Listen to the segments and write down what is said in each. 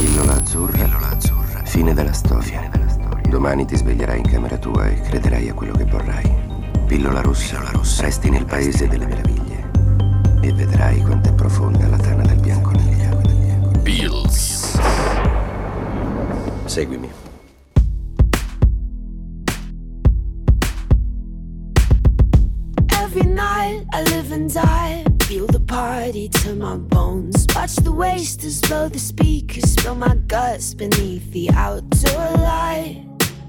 Pillola azzurra. Fine della storia. Domani ti sveglierai in camera tua e crederai a quello che vorrai. Pillola rossa. Resti nel paese delle meraviglie e vedrai quanto è profonda la tana del bianconiglio. Pills. Seguimi. Every night I live and die, feel the party to my bones. Watch the wasters blow the speakers, spill my guts beneath the outdoor light.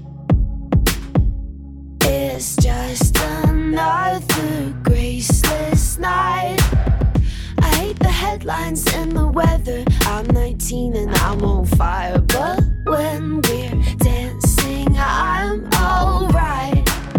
It's just another graceless night. I hate the headlines and the weather. I'm 19 and I'm on fire, but when we're dancing I'm alright.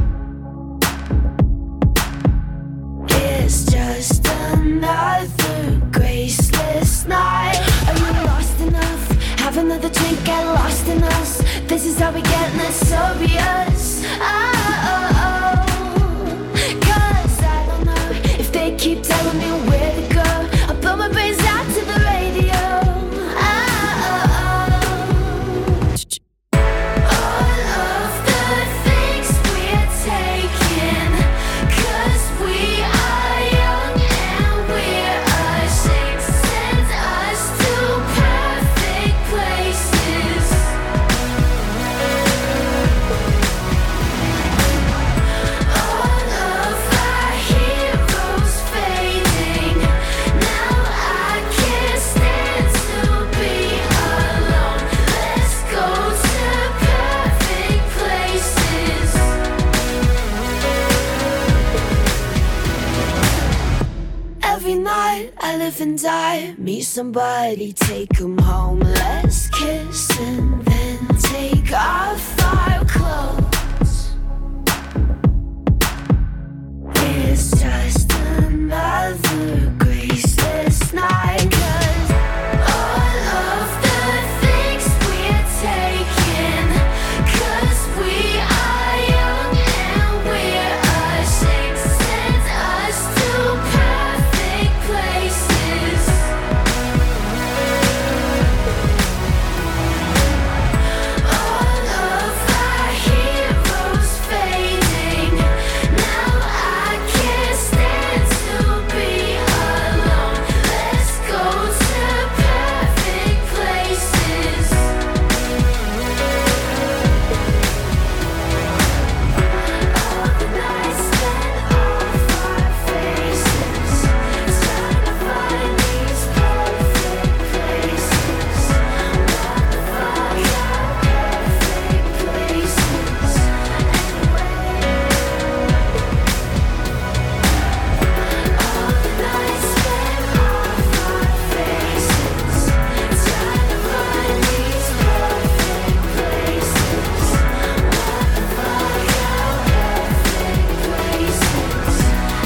It's just another graceless night. Are you lost enough? Have another drink, get lost in us. This is how we get, and it's obvious. Oh, 'cause I don't know if they keep telling me where to go. I'll blow my brains out to the radio. All of the things we're taking, 'cause we are young and we're ashamed to send us to perfect places. All of our heroes fading. Now I can't stand to be alone. Let's go to perfect places. Every night I live and die, meet somebody, take 'em home. Let's kiss and then take off our clothes. It's just another graceless night. 'Cause all of the things we're taking, 'cause we are young and we're ashamed to send us to perfect places. All of our heroes fading. Now I can't stand to be alone. Let's go to perfect places. All the nights spent off our faces, trying to find these perfect places. What the fuck are perfect places anyway? All the nights spent off our faces, trying to find these perfect places. What the fuck are perfect places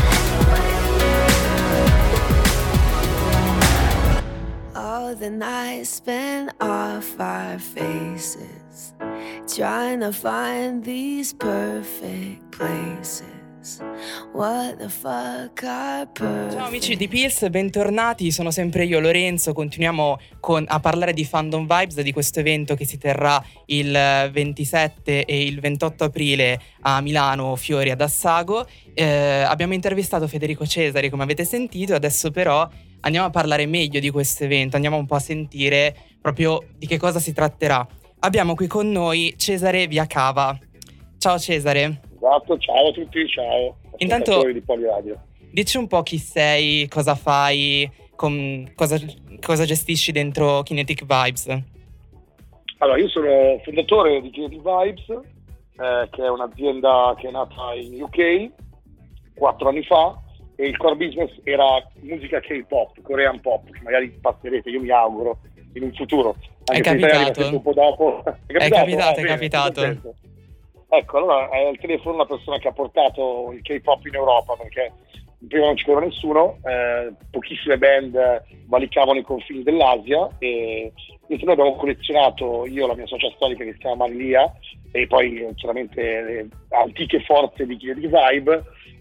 anyway? All the nights spent off our faces, trying to find these perfect places. What the fuck are perfect? Ciao amici di Pills, bentornati, sono sempre io Lorenzo, continuiamo a parlare di Fandom Vibes, di questo evento che si terrà il 27 e il 28 aprile a Milano, Fiori ad Assago. Abbiamo intervistato Federico Cesari, come avete sentito, adesso però andiamo a parlare meglio di questo evento, andiamo un po' a sentire proprio di che cosa si tratterà. Abbiamo qui con noi Cesare Viacava. Ciao Cesare. Esatto, ciao a tutti, ciao. Intanto Ascoltatori di Poliradio. dici un po' chi sei, cosa fai, cosa gestisci dentro Kinetic Vibes. Allora, io sono fondatore di Kinetic Vibes, che è un'azienda che è nata in UK 4 anni fa, e il core business era musica K-pop, Korean pop, che magari passerete, io mi auguro, in un futuro. È Anche se in Italia capitato? un po' dopo. È capitato. Bene, ecco, allora è al telefono una persona che ha portato il K-pop in Europa, perché prima non ci correva nessuno, pochissime band valicavano i confini dell'Asia, e noi abbiamo collezionato, io e la mia socia storica che si chiama Marilia, e poi chiaramente le antiche forze di Kinetic Vibe,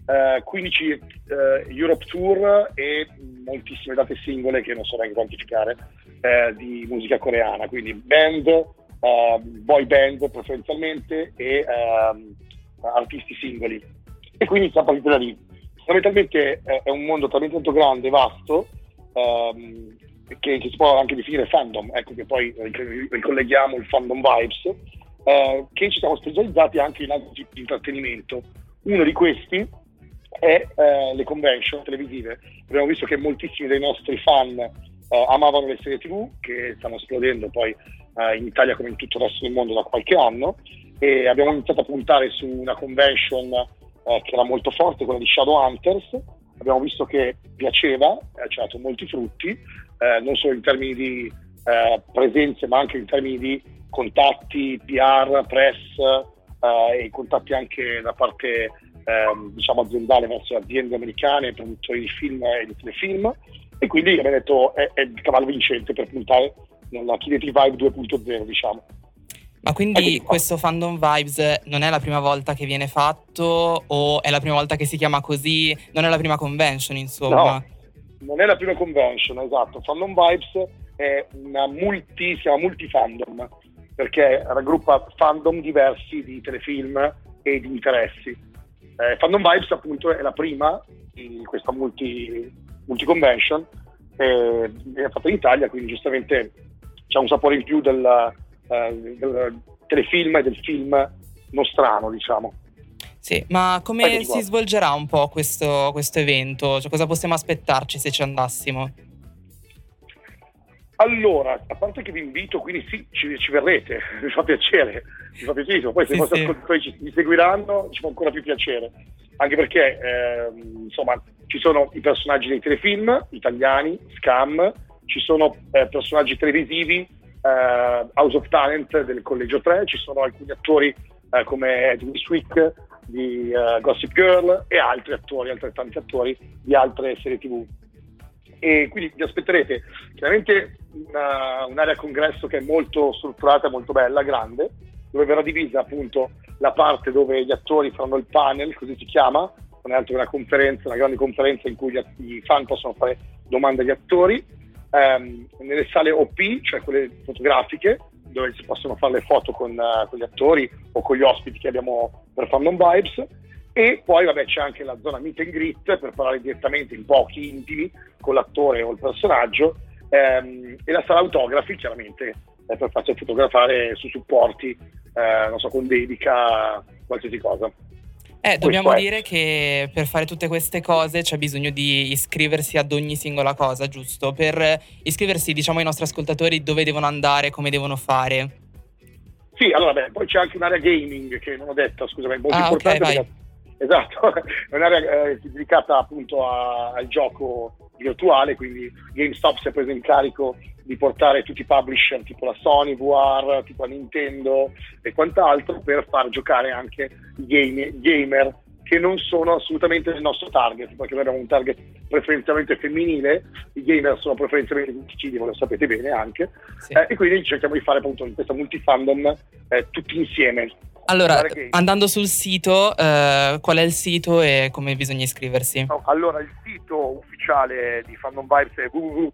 15 Europe Tour e moltissime date singole che non so neanche quantificare di musica coreana, quindi band, boy band preferenzialmente e artisti singoli, e quindi siamo partiti da lì. Fondamentalmente è un mondo talmente tanto grande e vasto che si può anche definire fandom, ecco che poi ricolleghiamo il fandom vibes, che ci siamo specializzati anche in altri tipi di intrattenimento. Uno di questi è le convention televisive. Abbiamo visto che moltissimi dei nostri fan amavano le serie TV, che stanno esplodendo poi in Italia come in tutto il resto del mondo da qualche anno, e abbiamo iniziato a puntare su una convention che era molto forte, quella di Shadowhunters. Abbiamo visto che piaceva, ci ha dato molti frutti, non solo in termini di presenze, ma anche in termini di contatti, PR, press, e contatti anche da parte diciamo aziendale verso aziende americane, produttori di film e di telefilm, e quindi abbiamo detto è il cavallo vincente per puntare nella Creative Vibe 2.0, diciamo. Ma quindi questo Fandom Vibes non è la prima volta che viene fatto, o è la prima volta che si chiama così? Non è la prima convention, insomma? No, non è la prima convention, esatto. Fandom Vibes è si chiama multifandom, perché raggruppa fandom diversi di telefilm e di interessi. Fandom Vibes appunto è la prima di questa multi convention, è fatta in Italia, quindi giustamente c'è un sapore in più del telefilm e del film nostrano, diciamo. Sì, ma come si svolgerà un po' questo evento? Cioè, cosa possiamo aspettarci se ci andassimo? Allora, a parte che vi invito, quindi sì, ci verrete, mi fa piacere, poi se i vostri ascoltatori mi seguiranno ci fa ancora più piacere, anche perché insomma ci sono i personaggi dei telefilm italiani, Scam, ci sono personaggi televisivi, House of Talent del Collegio 3, ci sono alcuni attori come Edwin Swick di Gossip Girl e altrettanti attori di altre serie TV. E quindi vi aspetterete chiaramente un'area congresso che è molto strutturata e molto bella, grande, dove verrà divisa appunto la parte dove gli attori faranno il panel, così si chiama, non è altro che una grande conferenza in cui i fan possono fare domande agli attori, nelle sale OP, cioè quelle fotografiche, dove si possono fare le foto con gli attori o con gli ospiti che abbiamo per Fandom Vibes. E poi c'è anche la zona meet and greet per parlare direttamente in pochi intimi con l'attore o il personaggio, e la sala autografi chiaramente per farsi fotografare su supporti, non so, con dedica, qualsiasi cosa. Dobbiamo dire che per fare tutte queste cose c'è bisogno di iscriversi ad ogni singola cosa, giusto? Per iscriversi, diciamo ai nostri ascoltatori dove devono andare, come devono fare. Sì, allora poi c'è anche un'area gaming che non ho detto, scusami, molto importante. Okay, vai. Esatto, è un'area dedicata appunto al gioco virtuale, quindi GameStop si è preso in carico di portare tutti i publisher tipo la Sony VR, tipo la Nintendo e quant'altro, per far giocare anche i gamer che non sono assolutamente il nostro target, perché noi abbiamo un target preferenzialmente femminile, i gamer sono preferenzialmente tutti, lo sapete bene anche, sì. E quindi cerchiamo di fare appunto in questa multifandom tutti insieme. Allora, andando sul sito, qual è il sito e come bisogna iscriversi? Allora, il sito ufficiale di Fandom Vibes è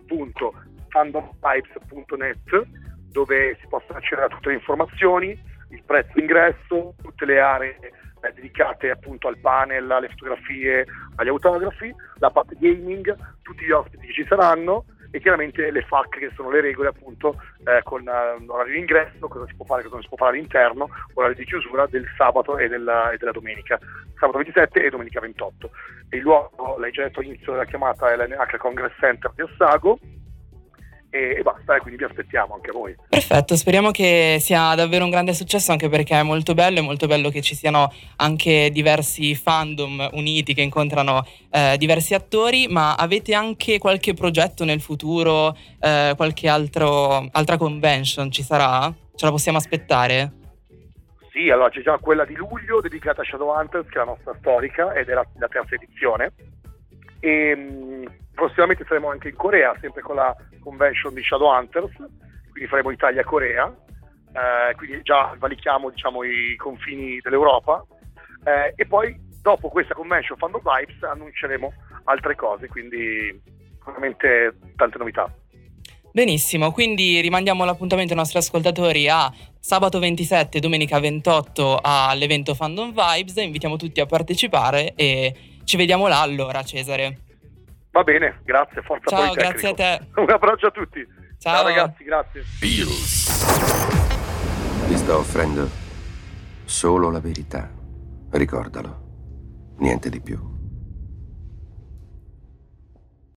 www.fandomvibes.net, dove si possono accedere a tutte le informazioni, il prezzo d'ingresso, tutte le aree dedicate appunto al panel, alle fotografie, agli autografi, la parte gaming, tutti gli ospiti che ci saranno, e chiaramente le FAQ, che sono le regole appunto con orario di ingresso, cosa si può fare, cosa non si può fare all'interno, orario di chiusura del sabato e della domenica, sabato 27 e domenica 28. E il luogo, l'hai già detto all'inizio della chiamata, è l'NH Congress Center di Assago, e basta, quindi vi aspettiamo anche voi. Perfetto, speriamo che sia davvero un grande successo, anche perché è molto bello che ci siano anche diversi fandom uniti che incontrano diversi attori. Ma avete anche qualche progetto nel futuro, qualche altra convention ci sarà? Ce la possiamo aspettare? Sì, allora c'è già quella di luglio dedicata a Shadowhunters, che è la nostra storica ed è la terza edizione, e prossimamente saremo anche in Corea, sempre con la convention di Shadowhunters, quindi faremo Italia-Corea, quindi già valichiamo, diciamo, i confini dell'Europa, e poi dopo questa convention Fandom Vibes annunceremo altre cose, quindi veramente tante novità. Benissimo, quindi rimandiamo l'appuntamento ai nostri ascoltatori a sabato 27 e domenica 28 all'evento Fandom Vibes. Invitiamo tutti a partecipare e ci vediamo là allora, Cesare. Va bene, grazie, forza Ciao, Politecnico. grazie a te. Un abbraccio a tutti. Ciao ragazzi, grazie. Pills. Ti sto offrendo solo la verità. Ricordalo, niente di più.